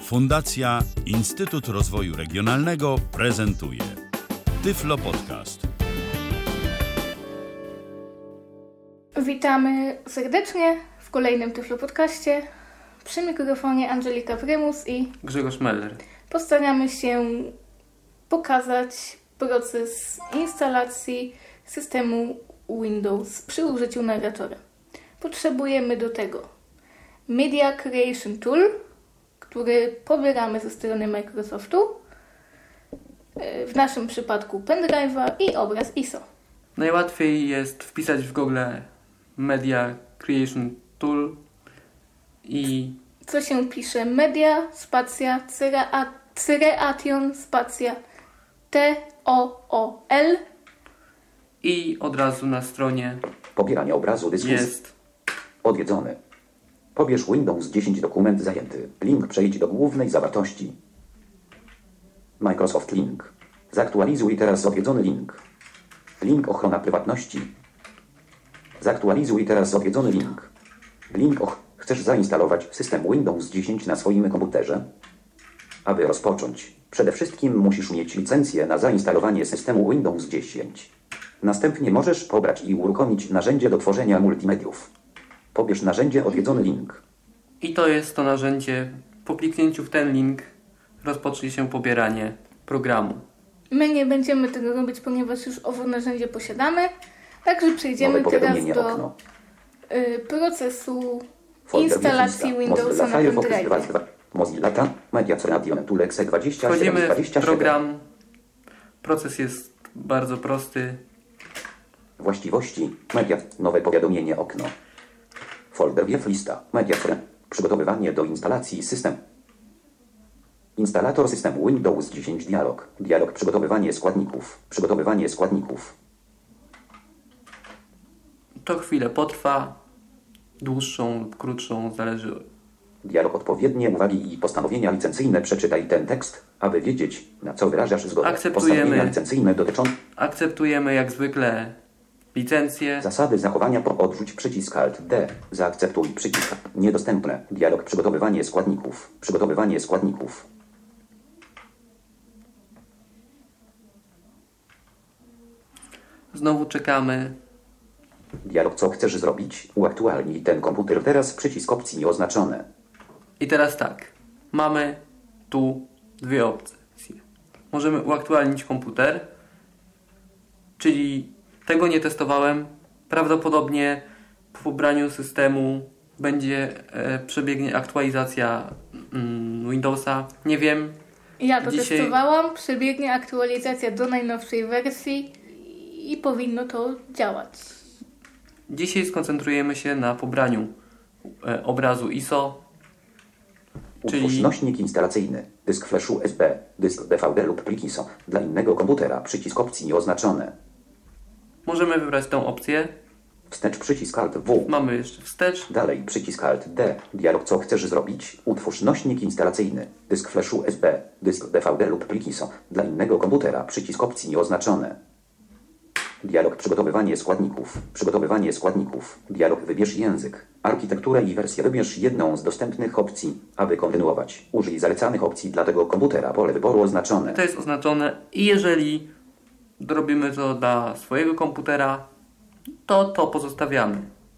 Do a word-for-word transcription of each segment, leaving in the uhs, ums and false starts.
Fundacja Instytut Rozwoju Regionalnego prezentuje Tyflo Podcast. Witamy serdecznie w kolejnym Tyflo Podcaście. Przy mikrofonie Angelika Prymus i Grzegorz Meller. Postaramy się pokazać proces instalacji systemu Windows przy użyciu narratora. Potrzebujemy do tego Media Creation Tool, który pobieramy ze strony Microsoftu, w naszym przypadku pendrive'a i obraz I S O. Najłatwiej jest wpisać w Google Media Creation Tool i... Co się pisze? Media, spacja, Creation, spacja, T O O L. I od razu na stronie pobieranie obrazu dysku jest odwiedzony. Pobierz Windows dziesięć dokument zajęty. Link przejdź do głównej zawartości. Microsoft link. Zaktualizuj teraz odwiedzony link. Link ochrona prywatności. Zaktualizuj teraz odwiedzony link. Link och. Chcesz zainstalować system Windows dziesięć na swoim komputerze? Aby rozpocząć, przede wszystkim musisz mieć licencję na zainstalowanie systemu Windows dziesięć. Następnie możesz pobrać i uruchomić narzędzie do tworzenia multimediów. Pobierz narzędzie odwiedzony link. I to jest to narzędzie. Po kliknięciu w ten link rozpocznie się pobieranie programu. My nie będziemy tego robić, ponieważ już owo narzędzie posiadamy. Także przejdziemy teraz do okno. y, procesu Folder instalacji Windowsa na pendrive. Mozilla Media Creation Tool Exe dwadzieścia siedem Wchodzimy dwadzieścia w siedem. program. Proces jest bardzo prosty. Właściwości. Media. Nowe powiadomienie okno. Folder wiew lista. Media. Przygotowywanie do instalacji system. Instalator systemu Windows dziesięć dialog. Dialog przygotowywanie składników. Przygotowywanie składników. To chwilę potrwa. Dłuższą lub krótszą, zależy. Dialog odpowiednie uwagi i postanowienia licencyjne. Przeczytaj ten tekst, aby wiedzieć, na co wyrażasz zgodę. Akceptujemy. Postanowienia licencyjne dotyczą. Akceptujemy jak zwykle licencję. Zasady zachowania. Po odrzuć przycisk Alt D. Zaakceptuj przycisk niedostępne. Dialog przygotowywanie składników. Przygotowywanie składników. Znowu czekamy. Dialog co chcesz zrobić? Uaktualnij ten komputer teraz. Przycisk opcji oznaczone. I teraz tak. Mamy tu dwie opcje. Możemy uaktualnić komputer, czyli tego nie testowałem. Prawdopodobnie po pobraniu systemu będzie e, przebiegnie aktualizacja mm, Windowsa. Nie wiem. Ja to Dzisiaj... testowałam. Przebiegnie aktualizacja do najnowszej wersji i powinno to działać. Dzisiaj skoncentrujemy się na pobraniu e, obrazu I S O. Utwórz Czyli... nośnik instalacyjny. Dysk flash U S B. Dysk D V D lub plik I S O. Dla innego komputera. Przycisk opcji oznaczone. Możemy wybrać tę opcję. Wstecz przycisk Alt W. Mamy jeszcze wstecz. Dalej przycisk Alt D. Dialog co chcesz zrobić? Utwórz nośnik instalacyjny. Dysk flash U S B. Dysk D V D lub plik I S O. Dla innego komputera. Przycisk opcji oznaczone. Dialog przygotowywanie składników. Przygotowywanie składników. Dialog wybierz język, architekturę i wersję. Wybierz jedną z dostępnych opcji. Aby kontynuować, użyj zalecanych opcji dla tego komputera. Pole wyboru oznaczone. To jest oznaczone i jeżeli robimy to dla swojego komputera, to to pozostawiamy.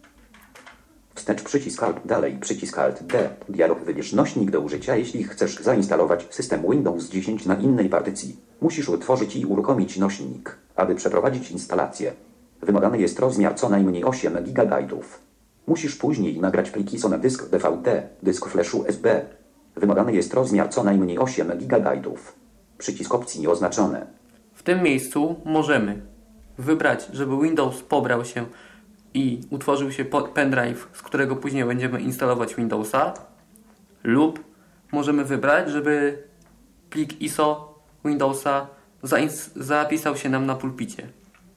Wstecz przycisk Alt. Dalej przycisk Alt D. Dialog wybierz nośnik do użycia. Jeśli chcesz zainstalować system Windows dziesięć na innej partycji, musisz utworzyć i uruchomić nośnik. Aby przeprowadzić instalację, wymagany jest rozmiar co najmniej osiem gigabajtów. Musisz później nagrać plik I S O na dysk D V D, dysk flash U S B. Wymagany jest rozmiar co najmniej osiem gigabajtów. Przycisk opcji oznaczone. W tym miejscu możemy wybrać, żeby Windows pobrał się i utworzył się pendrive, z którego później będziemy instalować Windowsa, lub możemy wybrać, żeby plik I S O Windowsa zapisał się nam na pulpicie.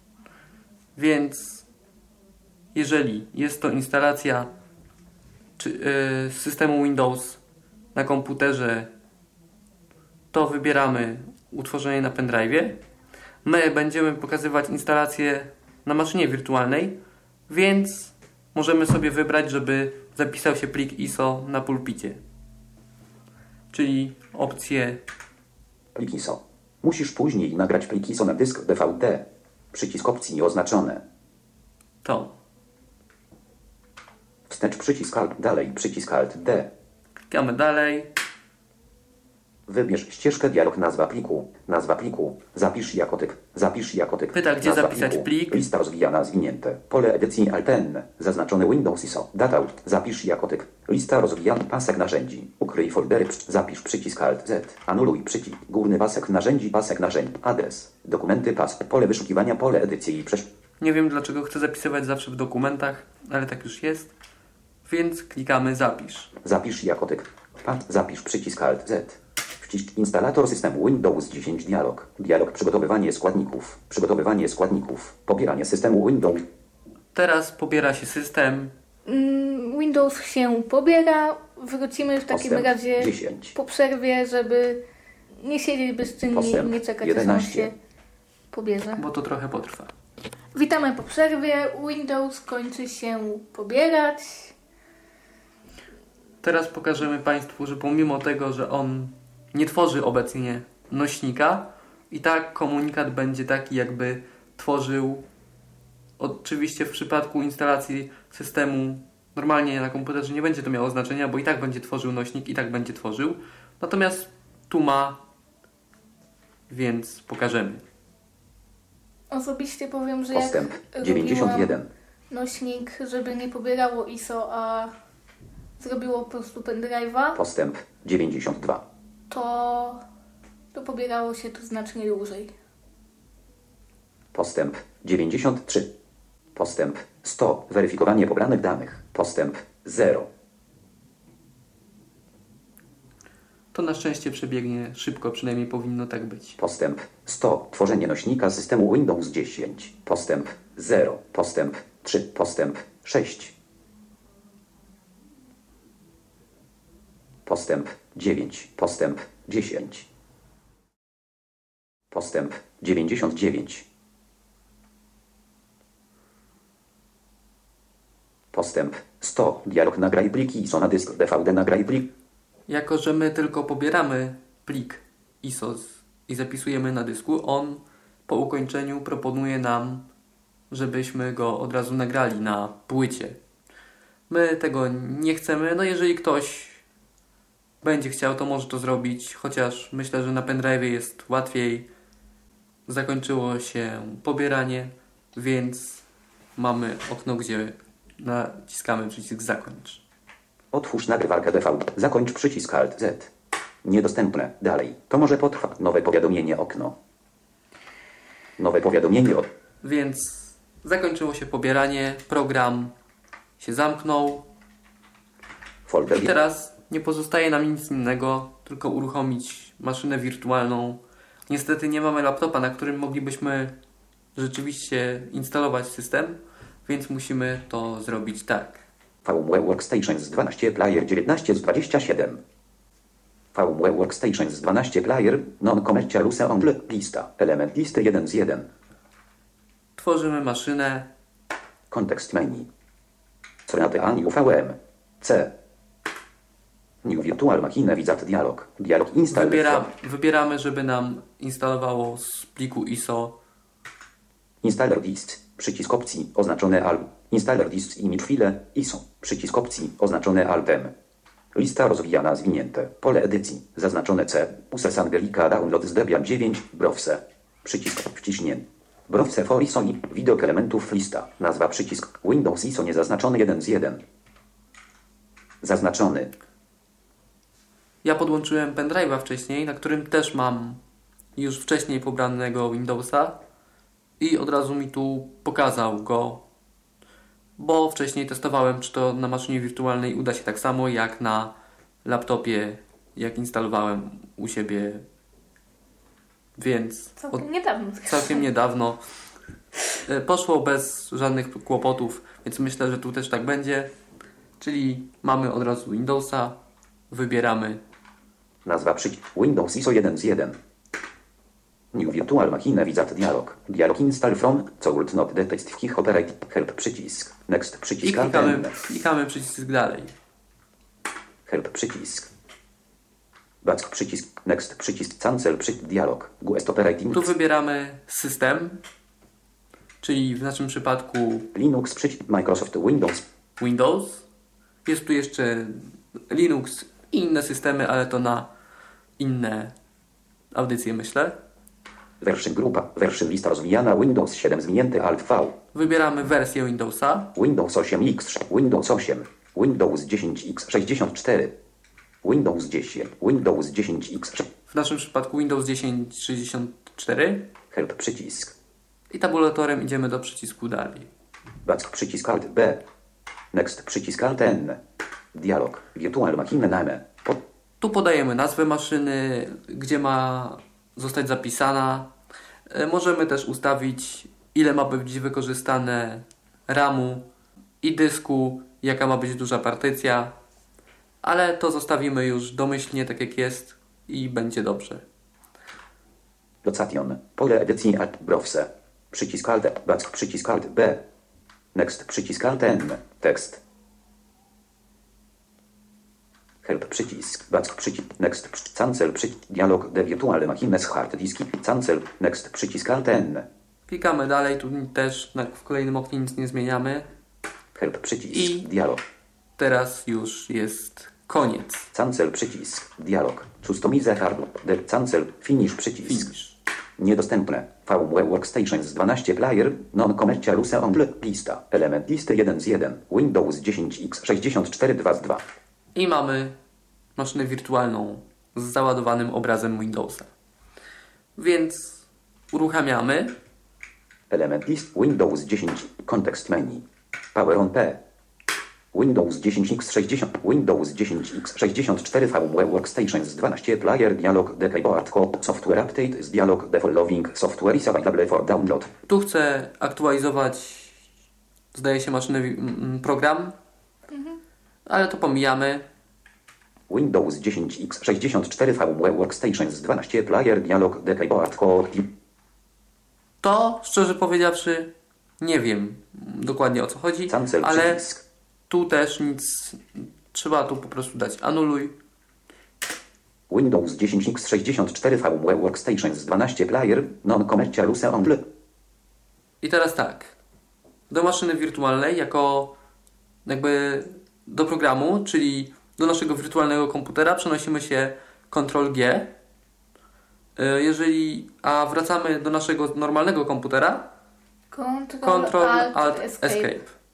Więc jeżeli jest to instalacja czy, yy, systemu Windows na komputerze, to wybieramy utworzenie na pendrive'ie. My będziemy pokazywać instalację na maszynie wirtualnej, więc możemy sobie wybrać, żeby zapisał się plik I S O na pulpicie. czyli opcję Plik I S O. Musisz później nagrać plik I S O na dysk D V D. Przycisk opcji oznaczone. tą. Wstecz przycisk Alt, dalej przycisk Alt D. Klikamy dalej. Wybierz ścieżkę dialog nazwa pliku. Nazwa pliku. Zapisz jako typ. Zapisz jako typ. Pyta, gdzie Nazwa zapisać pliku. plik. Lista rozwijana zwinięte. Pole edycji Alt N. Zaznaczone Windows I S O. Data. Zapisz jako typ. Lista rozwijana. Pasek narzędzi. Ukryj foldery. Zapisz przycisk Alt Z. Anuluj przycisk. Górny pasek narzędzi. Pasek narzędzi. Adres. Dokumenty pas. Pole wyszukiwania. Pole edycji. Przesz... Nie wiem, dlaczego chcę zapisywać zawsze w dokumentach, ale tak już jest. Więc klikamy zapisz. Zapisz jako typ. Pa. Zapisz przycisk Alt Z. Wciśnij instalator systemu Windows dziesięć dialog. Dialog przygotowywanie składników. Przygotowywanie składników. Pobieranie systemu Windows. Teraz pobiera się system. Mm, Windows się pobiera. Wrócimy w takim Postęp razie dziesięć. po przerwie, żeby nie siedzieć bezczynnie i Postęp nie czekać, aż on jedenaście. się pobierze. Bo to trochę potrwa. Witamy po przerwie. Windows kończy się pobierać. Teraz pokażemy Państwu, że pomimo tego, że on nie tworzy obecnie nośnika, i tak komunikat będzie taki, jakby tworzył. Oczywiście w przypadku instalacji systemu normalnie na komputerze nie będzie to miało znaczenia, bo i tak będzie tworzył nośnik, i tak będzie tworzył. Natomiast tu ma, więc pokażemy. Osobiście powiem, że Postęp jak dziewięćdziesiąt jeden. robiłam nośnik, żeby nie pobierało I S O, a zrobiło po prostu pendrive'a, Postęp dziewięćdziesiąt dwa. to, to pobierało się tu znacznie dłużej. Postęp dziewięćdziesiąt trzy. Postęp sto. Weryfikowanie pobranych danych. Postęp zero. To na szczęście przebiegnie szybko, przynajmniej powinno tak być. Postęp sto. Tworzenie nośnika systemu Windows dziesięć. Postęp zero. Postęp trzy. Postęp sześć. Postęp dziewięć. Postęp dziesięć. Postęp dziewięćdziesiąt dziewięć. Postęp sto. Dialog nagraj pliki I S O na dysk D V D nagraj plik. Jako że my tylko pobieramy plik I S O z, i zapisujemy na dysku, on po ukończeniu proponuje nam, żebyśmy go od razu nagrali na płycie. My tego nie chcemy, no jeżeli ktoś będzie chciał, to może to zrobić, chociaż myślę, że na pendrive jest łatwiej. Zakończyło się pobieranie, więc mamy okno, gdzie naciskamy przycisk zakończ. Otwórz nagrywarkę D V D. Zakończ przycisk Alt Z. Niedostępne. Dalej. To może potrwa. Nowe powiadomienie okno. Nowe powiadomienie od... Więc zakończyło się pobieranie, program się zamknął Folder. i teraz nie pozostaje nam nic innego, tylko uruchomić maszynę wirtualną. Niestety nie mamy laptopa, na którym moglibyśmy rzeczywiście instalować system, więc musimy to zrobić tak. VMware Workstations dwanaście Player dziewiętnaście z dwudziestu siedmiu. VMware Workstations dwanaście Player Non-Commercial Use Only Lista. Element listy jeden z jeden. Tworzymy maszynę. Kontekst menu. Sonate A New V M. C. New Virtual Machine Wizard Dialog. Dialog install. Wybiera, wybieramy, żeby nam instalowało z pliku I S O. Installer dist. Przycisk opcji oznaczony Alt. Installer dist image file I S O. Przycisk opcji oznaczony Alt-M. Lista rozwijana zwinięte. Pole edycji zaznaczone C. Uses Angelica Download z Debian dziewięć. Browse. Przycisk wciśnięty. Browse for I S O i widok elementów lista. Nazwa przycisk Windows I S O niezaznaczony jeden z jeden. Zaznaczony. Ja podłączyłem pendrive'a wcześniej, na którym też mam już wcześniej pobranego Windowsa i od razu mi tu pokazał go, bo wcześniej testowałem, czy to na maszynie wirtualnej uda się tak samo jak na laptopie, jak instalowałem u siebie, więc Całkiem od, niedawno. całkiem niedawno e, poszło bez żadnych kłopotów, więc myślę, że tu też tak będzie, czyli mamy od razu Windowsa, wybieramy Nazwa przycisk Windows I S O jeden z jeden. New Virtual Machine Wizard Dialog. Dialog install from Could not detect Kich Operate. Help przycisk. Next i przycisk. klikamy, Alt N. klikamy przycisk dalej. Help przycisk. Back przycisk. Next przycisk. Cancel przycisk. Dialog. Guest Operating. Tu wybieramy system, czyli w naszym przypadku Linux przycisk. Microsoft Windows. Windows. Jest tu jeszcze Linux i inne systemy, ale to na inne audycje, myślę. Version grupa. Version lista rozwijana. Windows siedem zwinięty Alt V. Wybieramy wersję Windowsa. Windows osiem X. Windows osiem. Windows dziesięć X sześćdziesiąt cztery. Windows dziesięć. Windows dziesięć X. W naszym przypadku Windows dziesięć sześćdziesiąt cztery. Help przycisk. I tabulatorem idziemy do przycisku dalej. Back przycisk Alt B. Next przycisk Alt N. Dialog. Virtual Machine Name. Pod... Tu podajemy nazwę maszyny, gdzie ma zostać zapisana. E, Możemy też ustawić, ile ma być wykorzystane ramu i dysku, jaka ma być duża partycja, ale to zostawimy już domyślnie, tak jak jest i będzie dobrze. Location. Pole edycji Alt Browse. Przycisk Alt. Back przycisk Alt B. Next przycisk Alt N. Tekst. Help przycisk. Back przycisk. Next przycisk. Cancel przycisk. Dialog. The Virtual Machines Hard Disk. Cancel. Next przycisk Alt N. Klikamy dalej, tu też na, w kolejnym oknie nic nie zmieniamy. Help przycisk. I Dialog. teraz już jest koniec. Cancel przycisk. Dialog. Customize hard. The cancel. Finish przycisk. Finish. Niedostępne. V M W Workstations dwanaście player. Non-commercial use only. Lista. Element listy jeden z jeden. Windows dziesięć X sześćdziesiąt cztery dwa z dwa. I mamy maszynę wirtualną z załadowanym obrazem Windowsa. Więc uruchamiamy. Element list. Windows dziesięć. Context menu. Power on P. Windows dziesięć X sześćdziesiąt. Windows dziesięć X sześćdziesiąt cztery V M W Workstations dwanaście player. Dialog. The keyboard code. Software update z dialog. The following software is available for download. Tu chcę aktualizować, zdaje się, maszynę, mm, program, mhm. ale to pomijamy. Windows dziesięć X sześćdziesiąt cztery V M W Workstations dwanaście player. Dialog. The keyboard code. To, szczerze powiedziawszy, nie wiem dokładnie o co chodzi, Cancel ale przycisk. tu też nic, trzeba tu po prostu dać anuluj. Windows dziesięć X sześćdziesiąt cztery V M W Workstations dwanaście player. Non-commercial use only. I teraz tak, do maszyny wirtualnej jako jakby do programu, czyli do naszego wirtualnego komputera przenosimy się kontrol G. Jeżeli, a wracamy do naszego normalnego komputera, Control, Alt, Alt Escape. Escape.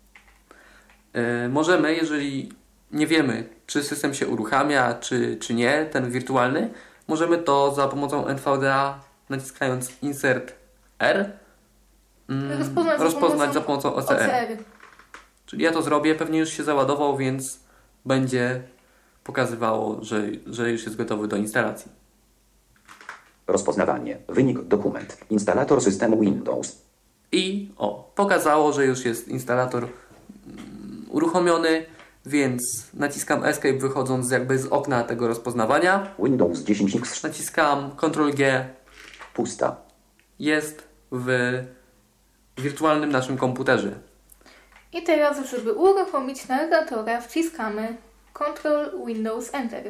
Yy, możemy, jeżeli nie wiemy, czy system się uruchamia, czy, czy nie, ten wirtualny, możemy to za pomocą N V D A, naciskając Insert R, mm, rozpoznać, rozpoznać za pomocą O C R. Czyli ja to zrobię, pewnie już się załadował, więc będzie pokazywało, że, że już jest gotowy do instalacji. Rozpoznawanie. Wynik dokument. Instalator systemu Windows. I o, pokazało, że już jest instalator mm, uruchomiony, więc naciskam Escape wychodząc jakby z okna tego rozpoznawania. Windows dziesięć X. Naciskam kontrol G. Pusta. Jest w wirtualnym naszym komputerze. I teraz, żeby uruchomić narratora, wciskamy Ctrl Windows Enter.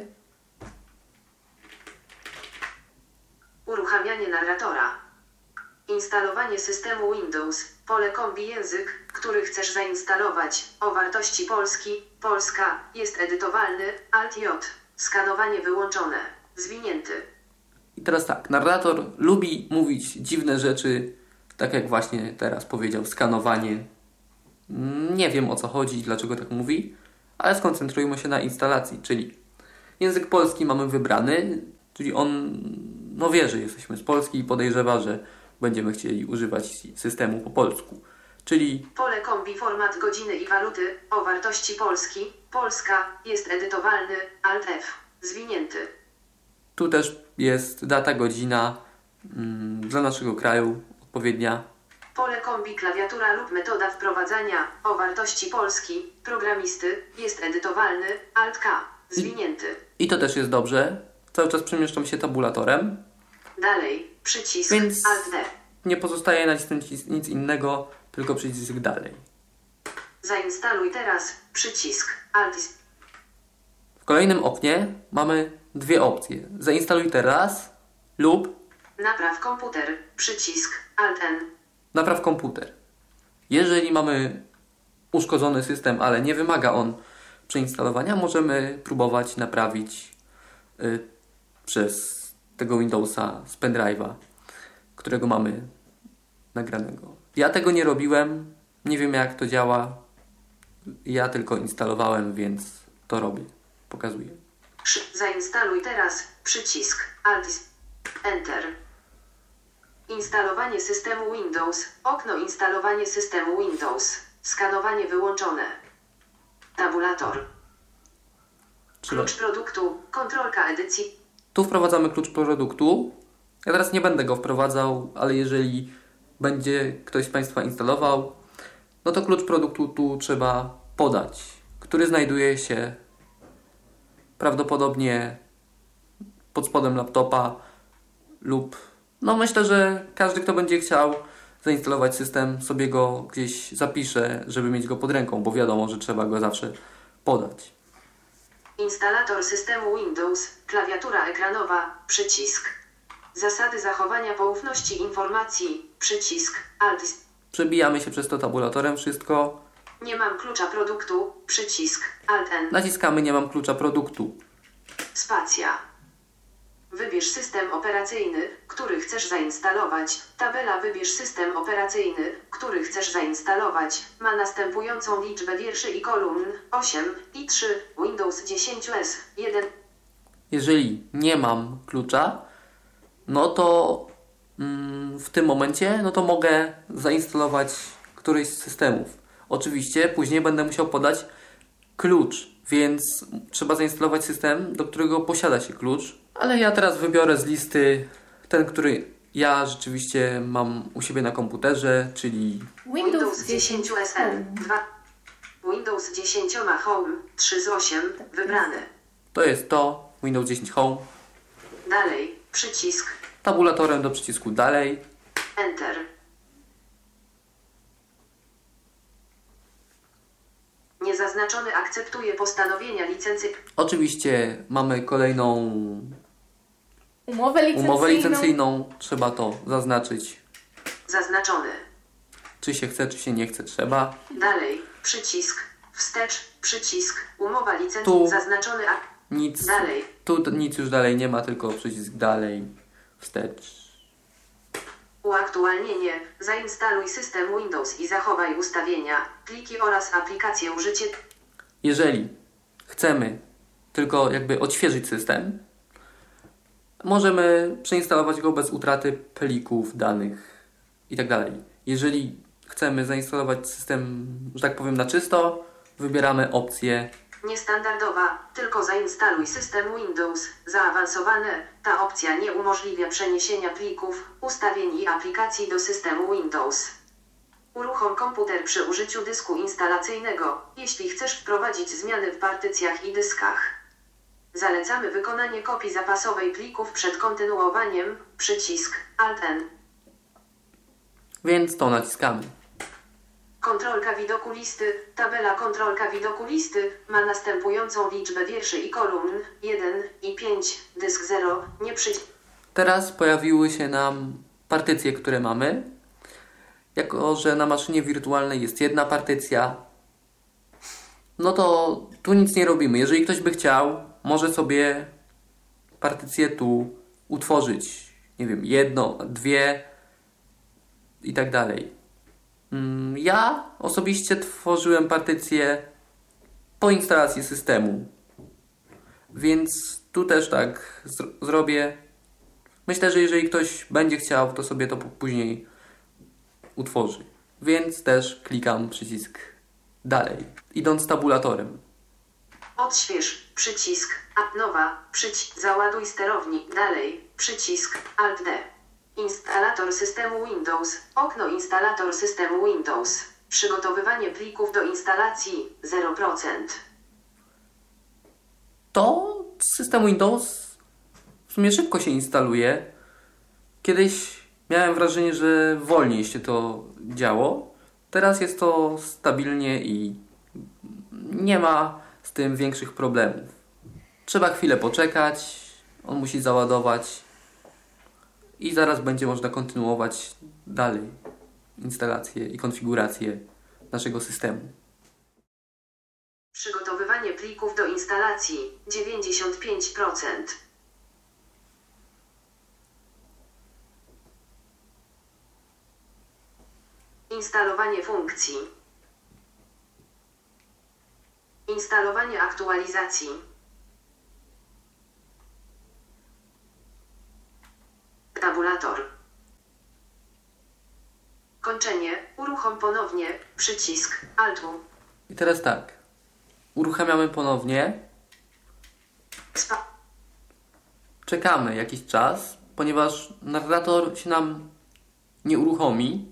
Uruchamianie narratora. Instalowanie systemu Windows. Pole kombi język, który chcesz zainstalować. O wartości Polski. Polska. Jest edytowalny. Alt J. Skanowanie wyłączone. Zwinięty. I teraz tak, narrator lubi mówić dziwne rzeczy, tak jak właśnie teraz powiedział, skanowanie. Nie wiem o co chodzi, dlaczego tak mówi, ale skoncentrujmy się na instalacji, czyli język polski mamy wybrany, czyli on no wie, że jesteśmy z Polski i podejrzewa, że będziemy chcieli używać systemu po polsku. Czyli pole kombi format godziny i waluty. O wartości Polski. Polska. Jest edytowalny. Alt F. Zwinięty. Tu też jest data, godzina mm, dla naszego kraju odpowiednia. Pole kombi klawiatura lub metoda wprowadzania. O wartości Polski. Programisty. Jest edytowalny. Alt K. Zwinięty. I, i to też jest dobrze. Cały czas przemieszczam się tabulatorem. Dalej. Przycisk Więc Alt D. nie pozostaje nacisnąć nic innego, tylko przycisk dalej. Zainstaluj teraz. Przycisk Alt. W kolejnym oknie mamy dwie opcje. Zainstaluj teraz lub Napraw komputer. Przycisk Alt N. napraw komputer. Jeżeli mamy uszkodzony system, ale nie wymaga on przeinstalowania, możemy próbować naprawić y, przez tego Windowsa z pendrive'a, którego mamy nagranego. Ja tego nie robiłem, nie wiem jak to działa. Ja tylko instalowałem, więc to robię. Pokazuję. Zainstaluj teraz. Przycisk Alt Enter. Instalowanie systemu Windows. Okno instalowanie systemu Windows. Skanowanie wyłączone. Tabulator. Klucz produktu. Kontrolka edycji. Tu wprowadzamy klucz produktu. Ja teraz nie będę go wprowadzał, ale jeżeli będzie ktoś z Państwa instalował, no to klucz produktu tu trzeba podać, który znajduje się prawdopodobnie pod spodem laptopa lub no myślę, że każdy, kto będzie chciał zainstalować system, sobie go gdzieś zapisze, żeby mieć go pod ręką, bo wiadomo, że trzeba go zawsze podać. Instalator systemu Windows. Klawiatura ekranowa. Przycisk. Zasady zachowania poufności informacji. Przycisk Alt. Przebijamy się przez to tabulatorem wszystko. Nie mam klucza produktu. Przycisk Alt N. Naciskamy nie mam klucza produktu. Spacja. Wybierz system operacyjny, który chcesz zainstalować. Tabela wybierz system operacyjny, który chcesz zainstalować. Ma następującą liczbę wierszy i kolumn osiem i trzy. Windows dziesięć S jeden. Jeżeli nie mam klucza, no to mm, w tym momencie no to mogę zainstalować któryś z systemów. Oczywiście później będę musiał podać klucz, więc trzeba zainstalować system, do którego posiada się klucz. Ale ja teraz wybiorę z listy ten, który ja rzeczywiście mam u siebie na komputerze, czyli Windows dziesięć S M dwa. Windows dziesięć Home trzy z osiem. Wybrane. to jest to, Windows dziesięć Home. Dalej. Przycisk. Tabulatorem do przycisku dalej. Enter. Niezaznaczony akceptuje postanowienia licencji. Oczywiście mamy kolejną Umowę licencyjną. umowę licencyjną. Trzeba to zaznaczyć. Zaznaczony. Czy się chce, czy się nie chce, trzeba. Dalej. Przycisk. Wstecz. Przycisk. Umowa licencji. Tu. Zaznaczony. A... Nic, Dalej. tu nic już dalej nie ma, tylko przycisk dalej, wstecz. Uaktualnienie. Zainstaluj system Windows i zachowaj ustawienia, pliki oraz aplikacje użycie. Jeżeli chcemy tylko jakby odświeżyć system, możemy przeinstalować go bez utraty plików, danych i tak dalej. Jeżeli chcemy zainstalować system, że tak powiem, na czysto, wybieramy opcję Niestandardowa. Tylko zainstaluj system Windows. Zaawansowane. Ta opcja nie umożliwia przeniesienia plików, ustawień i aplikacji do systemu Windows. Uruchom komputer przy użyciu dysku instalacyjnego, jeśli chcesz wprowadzić zmiany w partycjach i dyskach. Zalecamy wykonanie kopii zapasowej plików przed kontynuowaniem. Przycisk Alt N. Więc to naciskamy. Kontrolka widoku listy. Tabela kontrolka widoku listy ma następującą liczbę wierszy i kolumn jeden i pięć. Dysk zero. Nie przyć. Teraz pojawiły się nam partycje, które mamy. Jako że na maszynie wirtualnej jest jedna partycja, no to tu nic nie robimy. Jeżeli ktoś by chciał, może sobie partycję tu utworzyć. Nie wiem, jedno, dwie i tak dalej. Ja osobiście tworzyłem partycję po instalacji systemu, więc tu też tak zro- zrobię. Myślę, że jeżeli ktoś będzie chciał, to sobie to później utworzy. Więc też klikam przycisk dalej, idąc tabulatorem. Odśwież. Przycisk. A nowa. Przycisk. Załaduj sterownik. Dalej. Przycisk. Alt D. Instalator systemu Windows. Okno instalator systemu Windows. Przygotowywanie plików do instalacji zero procent. To system Windows w sumie szybko się instaluje. Kiedyś miałem wrażenie, że wolniej się to działo. Teraz jest to stabilnie i nie ma z tym większych problemów. Trzeba chwilę poczekać, On musi załadować i zaraz będzie można kontynuować dalej instalację i konfigurację naszego systemu. Przygotowywanie plików do instalacji dziewięćdziesiąt pięć procent. Instalowanie funkcji. Instalowanie aktualizacji. Tabulator. Kończenie. Uruchom ponownie. Przycisk Altu. I teraz tak. Uruchamiamy ponownie. Spa. Czekamy jakiś czas, ponieważ narrator się nam nie uruchomi.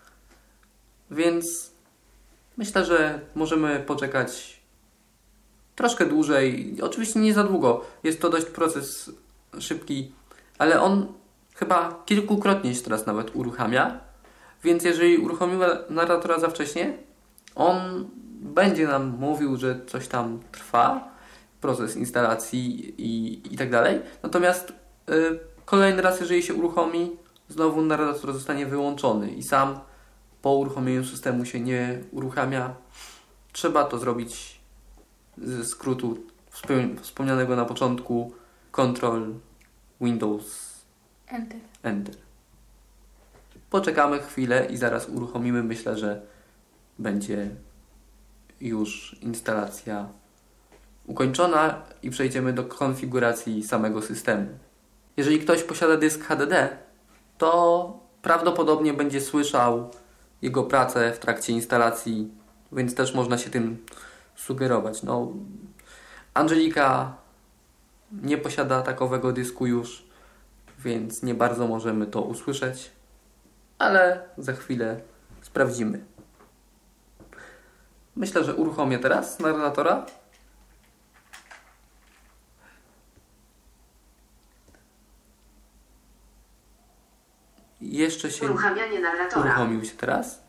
Więc myślę, że możemy poczekać troszkę dłużej. Oczywiście nie za długo. Jest to dość proces szybki, ale on chyba kilkukrotnie się teraz nawet uruchamia. Więc jeżeli uruchomimy narratora za wcześnie, on będzie nam mówił, że coś tam trwa, proces instalacji i, i tak dalej. Natomiast yy, kolejny raz, jeżeli się uruchomi, znowu narrator zostanie wyłączony i sam po uruchomieniu systemu się nie uruchamia. Trzeba to zrobić ze skrótu wspomnianego na początku Control Windows Enter. Enter. Poczekamy chwilę i zaraz uruchomimy. Myślę, że będzie już instalacja ukończona i przejdziemy do konfiguracji samego systemu. Jeżeli ktoś posiada dysk H D D, to prawdopodobnie będzie słyszał jego pracę w trakcie instalacji, więc też można się tym sugerować. No, Angelika nie posiada takowego dysku już, więc nie bardzo możemy to usłyszeć, ale za chwilę sprawdzimy. Myślę, że uruchomię teraz narratora. Jeszcze się Uruchamianie narratora. uruchomił się teraz.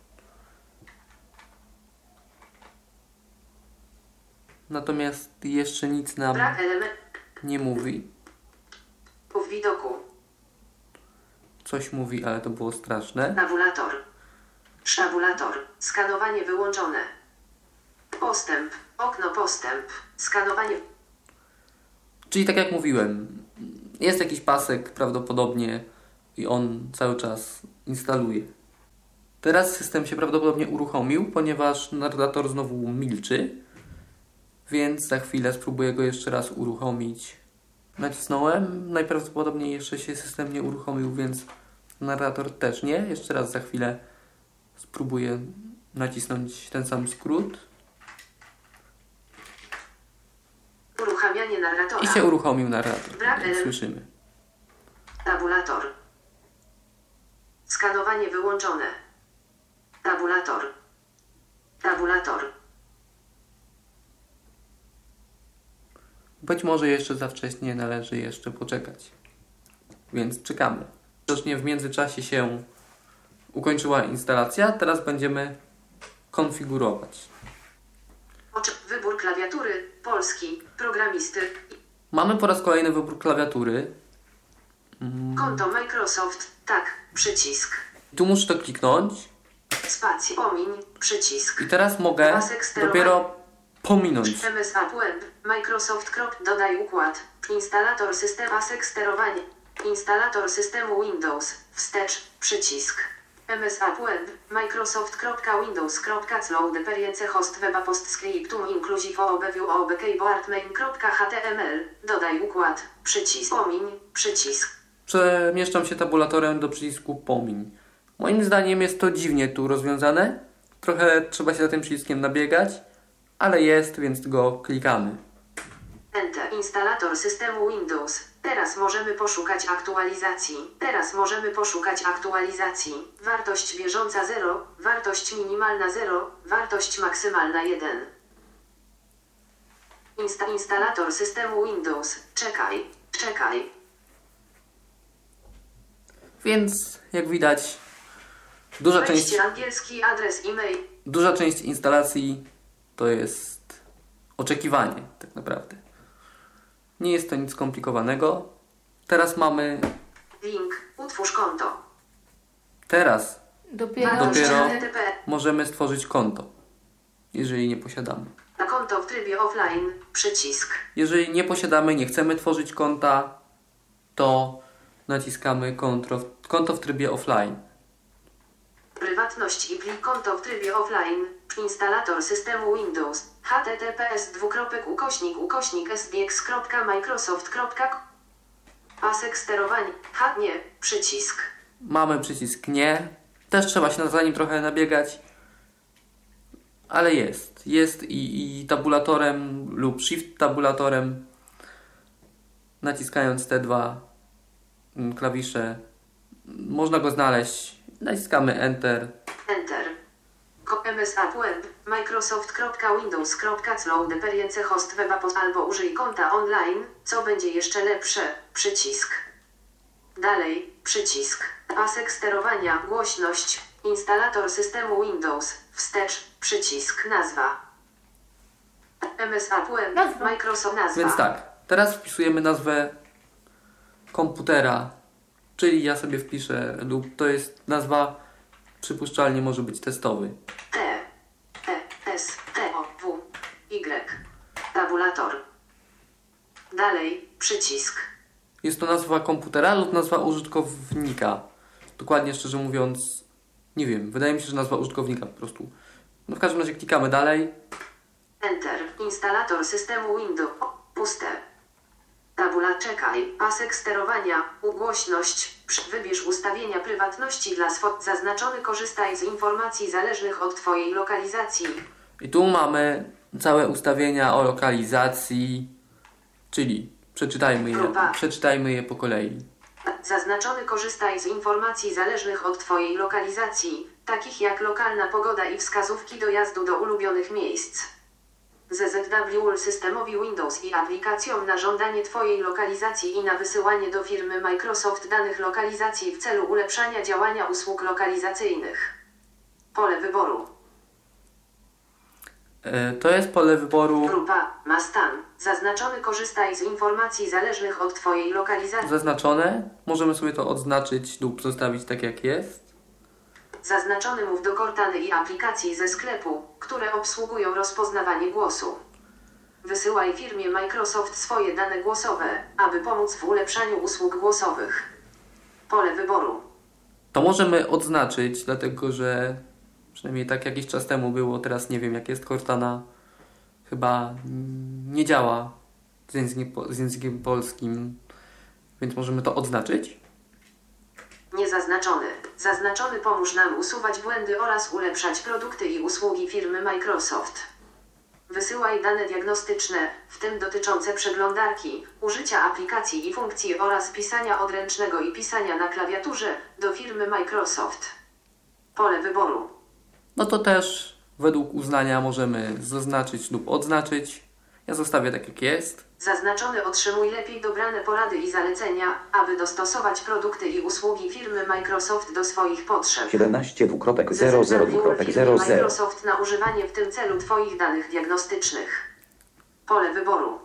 Natomiast jeszcze nic nam Brak element. nie mówi. W widoku. Coś mówi, ale to było straszne. Tabulator. Tabulator. Skanowanie wyłączone. Postęp. Okno postęp. Skanowanie. Czyli tak jak mówiłem, jest jakiś pasek prawdopodobnie i on cały czas instaluje. Teraz system się prawdopodobnie uruchomił, ponieważ narrator znowu milczy, więc za chwilę spróbuję go jeszcze raz uruchomić. Nacisnąłem, najprawdopodobniej jeszcze się system nie uruchomił, więc narrator też nie. Jeszcze raz za chwilę spróbuję nacisnąć ten sam skrót. Uruchamianie narratora. I się uruchomił narrator, Brak jak ele- słyszymy. Tabulator. Skanowanie wyłączone. Tabulator. Tabulator. Być może jeszcze za wcześnie, należy jeszcze poczekać. Więc czekamy. Widocznie w międzyczasie się ukończyła instalacja, teraz będziemy konfigurować. Oczy- Wybór klawiatury. Polski. Programisty. Mamy po raz kolejny wybór klawiatury. Konto Microsoft. Tak. Przycisk. Tu muszę to kliknąć Spacji. Pomiń. Przycisk. i teraz mogę Pasek sterowania. dopiero pominąć. M S App Web. Microsoft. Dodaj układ. Instalator system. Pasek sterowania. Instalator systemu Windows. Wstecz. Przycisk. M S App Web. Microsoft.windows.cloud experience host weba postscriptum inclusive overview of keyboard main.html. Dodaj układ. Przycisk. Pomiń. Przycisk. Przemieszczam się tabulatorem do przycisku pomiń. Moim zdaniem jest to dziwnie tu rozwiązane. Trochę trzeba się za tym przyciskiem nabiegać, ale jest, więc go klikamy. Enter. Instalator systemu Windows. Teraz możemy poszukać aktualizacji. Teraz możemy poszukać aktualizacji. Wartość bieżąca zero, wartość minimalna zero, wartość maksymalna jeden. Insta instalator systemu Windows. Czekaj, czekaj. Więc jak widać, duża część, Wejście angielski, adres e-mail. duża część instalacji to jest oczekiwanie tak naprawdę. Nie jest to nic skomplikowanego. Teraz mamy... Link. Utwórz konto. Teraz Dopiero, Dopiero- H T T P. możemy stworzyć konto, jeżeli nie posiadamy. Na konto w trybie offline. Przycisk. Jeżeli nie posiadamy, nie chcemy tworzyć konta, to naciskamy konto, konto w trybie offline. Prywatność i plik konto w trybie offline. Instalator systemu Windows. https dwukropek ukośnik ukośnik sbx.microsoft.com. Pasek sterowania. H nie. Przycisk. Mamy przycisk nie. Też trzeba się za nim trochę nabiegać. Ale jest. Jest i, i tabulatorem lub shift tabulatorem, naciskając te dwa mm, klawisze, można go znaleźć. Naciskamy Enter. Enter. M S App Web. Microsoft.windows.cloud experience host weba pod albo użyj konta online, co będzie jeszcze lepsze. Przycisk. Dalej. Przycisk. Pasek sterowania. Głośność. Instalator systemu Windows. Wstecz. Przycisk. Nazwa. M S App Web. Nazwa. Microsoft nazwa. Więc tak, teraz wpisujemy nazwę komputera, czyli ja sobie wpiszę lub to jest nazwa, przypuszczalnie może być testowy. T. E. S. T. O. W. Y. Tabulator. Dalej. Przycisk. Jest to nazwa komputera lub nazwa użytkownika. Dokładnie, szczerze mówiąc, nie wiem. Wydaje mi się, że nazwa użytkownika po prostu. No w każdym razie klikamy dalej. Enter. Instalator systemu Windows. Puste. Tabula czekaj. Pasek sterowania. Ugłośność. Przy- Wybierz ustawienia prywatności dla swojego. Zaznaczony korzystaj z informacji zależnych od Twojej lokalizacji. I tu mamy całe ustawienia o lokalizacji, czyli przeczytajmy je, Grupa. przeczytajmy je po kolei. Zaznaczony korzystaj z informacji zależnych od Twojej lokalizacji, takich jak lokalna pogoda i wskazówki dojazdu do ulubionych miejsc. Z Z W systemowi Windows i aplikacjom na żądanie Twojej lokalizacji i na wysyłanie do firmy Microsoft danych lokalizacji w celu ulepszania działania usług lokalizacyjnych. Pole wyboru. E, To jest pole wyboru Grupa ma stan. Zaznaczony korzystaj z informacji zależnych od Twojej lokalizacji. zaznaczone. Możemy sobie to odznaczyć lub zostawić tak jak jest. Zaznaczony mów do Cortany i aplikacji ze sklepu, które obsługują rozpoznawanie głosu. Wysyłaj firmie Microsoft swoje dane głosowe, aby pomóc w ulepszaniu usług głosowych. Pole wyboru. To możemy odznaczyć, dlatego że przynajmniej tak jakiś czas temu było, teraz nie wiem jak jest. Cortana chyba mm, nie działa z językiem, po- z językiem polskim, więc możemy to odznaczyć. Niezaznaczony. Zaznaczony pomóż nam usuwać błędy oraz ulepszać produkty i usługi firmy Microsoft. Wysyłaj dane diagnostyczne, w tym dotyczące przeglądarki, użycia aplikacji i funkcji oraz pisania odręcznego i pisania na klawiaturze, do firmy Microsoft. Pole wyboru. No to też według uznania możemy zaznaczyć lub odznaczyć. Ja zostawię tak jak jest. Zaznaczony otrzymuj lepiej dobrane porady i zalecenia, aby dostosować produkty i usługi firmy Microsoft do swoich potrzeb. siedemnaście dwukropek zero zero dwukropek zero zero. Microsoft na używanie w tym celu Twoich danych diagnostycznych. Pole wyboru.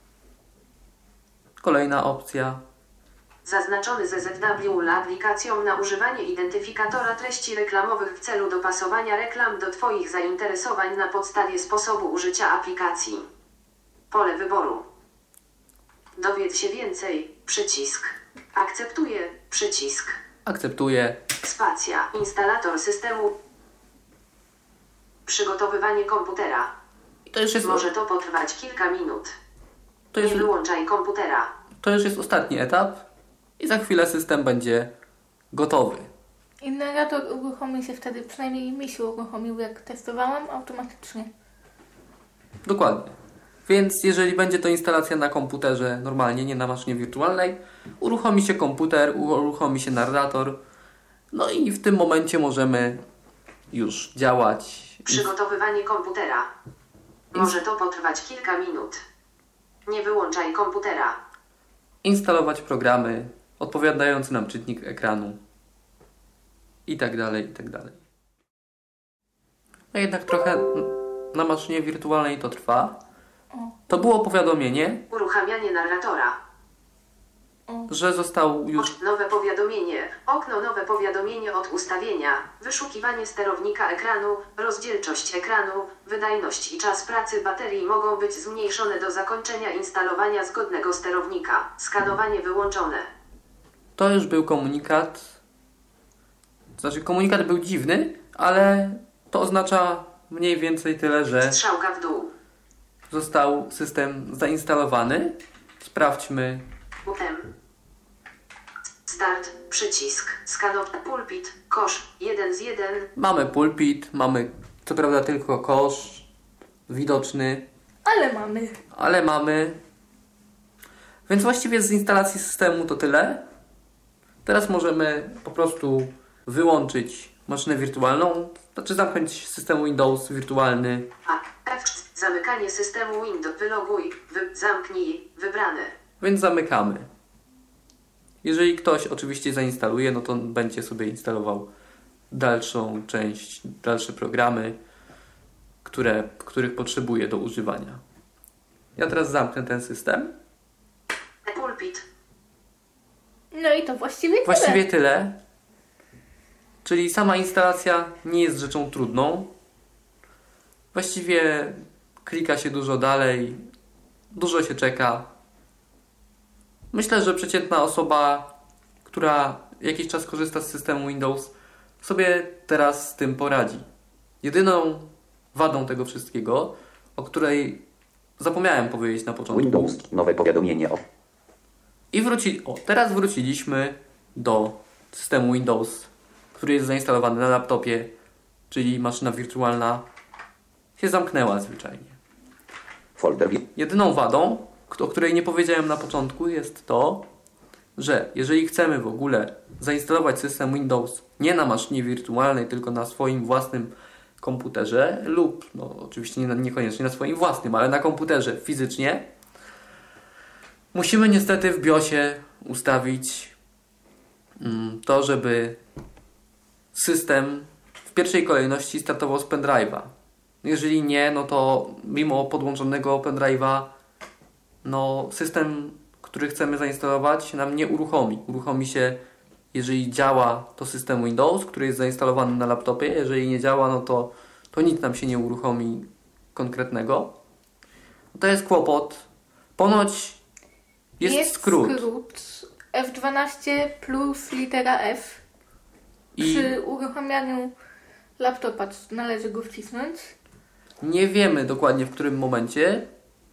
Kolejna opcja. Zaznaczony Z Z W aplikacją na używanie identyfikatora treści reklamowych w celu dopasowania reklam do Twoich zainteresowań na podstawie sposobu użycia aplikacji. Pole wyboru. Dowiedz się więcej. Przycisk. Akceptuję. Przycisk. Akceptuję. Spacja. Instalator systemu. Przygotowywanie komputera. I to już jest, Może to potrwać kilka minut. to Nie już, wyłączaj komputera. to już jest ostatni etap. I za chwilę system będzie gotowy. I narrator uruchomi się wtedy, przynajmniej mi się uruchomił, jak testowałam, automatycznie. Dokładnie. Więc jeżeli będzie to instalacja na komputerze normalnie, nie na maszynie wirtualnej, uruchomi się komputer, uruchomi się narrator. No i w tym momencie możemy już działać. Przygotowywanie komputera. Może to potrwać kilka minut. Nie wyłączaj komputera. Instalować programy odpowiadające nam czytnik ekranu. I tak dalej, i tak dalej. No jednak trochę na maszynie wirtualnej to trwa. To było powiadomienie, Uruchamianie narratora. że został już... Od, nowe powiadomienie. Okno nowe powiadomienie od ustawienia. Wyszukiwanie sterownika ekranu. Rozdzielczość ekranu. Wydajność i czas pracy baterii mogą być zmniejszone do zakończenia instalowania zgodnego sterownika. Skanowanie wyłączone. To już był komunikat. Znaczy komunikat był dziwny, ale to oznacza mniej więcej tyle, że Strzałka w dół. został system zainstalowany. Sprawdźmy. M. Start. Przycisk. Skanow. Pulpit. Kosz. jeden z jeden. Mamy pulpit, mamy co prawda tylko kosz widoczny, Ale mamy. ale mamy. Więc właściwie z instalacji systemu to tyle. Teraz możemy po prostu wyłączyć maszynę wirtualną, znaczy zamknąć system Windows wirtualny. A. F. Zamykanie systemu Windows. Wyloguj. Wy, zamknij. Wybrane. Więc zamykamy. Jeżeli ktoś oczywiście zainstaluje, no to on będzie sobie instalował dalszą część, dalsze programy, które, których potrzebuje do używania. Ja teraz zamknę ten system. Pulpit. No i to właściwie tyle. Właściwie tyle. Czyli sama instalacja nie jest rzeczą trudną. Właściwie klika się dużo dalej, dużo się czeka. Myślę, że przeciętna osoba, która jakiś czas korzysta z systemu Windows, sobie teraz z tym poradzi. Jedyną wadą tego wszystkiego, o której zapomniałem powiedzieć na początku. Windows, nowe powiadomienie o... I wróci... O, teraz wróciliśmy do systemu Windows, który jest zainstalowany na laptopie, czyli maszyna wirtualna się zamknęła zwyczajnie. Folder... Jedyną wadą, o której nie powiedziałem na początku, jest to, że jeżeli chcemy w ogóle zainstalować system Windows nie na maszynie wirtualnej, tylko na swoim własnym komputerze lub, no oczywiście nie, niekoniecznie na swoim własnym, ale na komputerze fizycznie, musimy niestety w BIOSie ustawić mm, to, żeby system w pierwszej kolejności startował z pendrive'a. Jeżeli nie, no to mimo podłączonego pendrive'a no system, który chcemy zainstalować, nam nie uruchomi. Uruchomi się, jeżeli działa, to system Windows, który jest zainstalowany na laptopie. Jeżeli nie działa, no to, to nic nam się nie uruchomi konkretnego. To jest kłopot. Ponoć jest, jest skrót. skrót F dwanaście plus litera F. I Przy uruchamianiu laptopa należy go wcisnąć. nie wiemy dokładnie w którym momencie.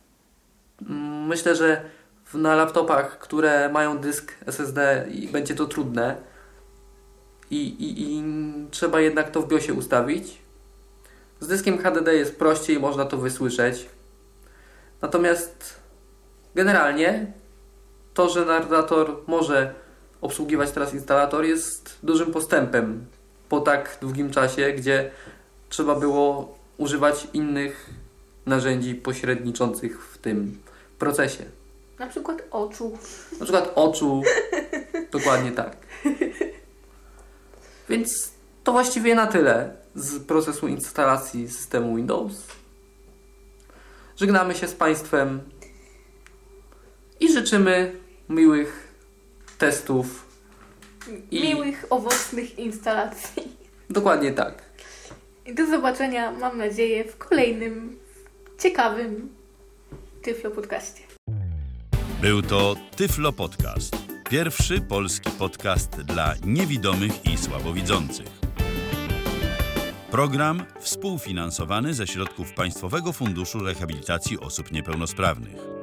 Myślę, że na laptopach, które mają dysk S S D, będzie to trudne i, i, i trzeba jednak to w BIOSie ustawić. Z dyskiem H D D jest prościej, można to wysłyszeć. Natomiast generalnie to, że narrator może obsługiwać teraz instalator, jest dużym postępem po tak długim czasie, gdzie trzeba było używać innych narzędzi pośredniczących w tym procesie. Na przykład oczu. Na przykład oczu. Dokładnie tak. Więc to właściwie na tyle z procesu instalacji systemu Windows. Żegnamy się z Państwem i życzymy miłych testów. I... Miłych, owocnych instalacji. Dokładnie tak. I do zobaczenia, mam nadzieję, w kolejnym ciekawym Tyflo Podcaście. Był to Tyflo Podcast. Pierwszy polski podcast dla niewidomych i słabowidzących. Program współfinansowany ze środków Państwowego Funduszu Rehabilitacji Osób Niepełnosprawnych.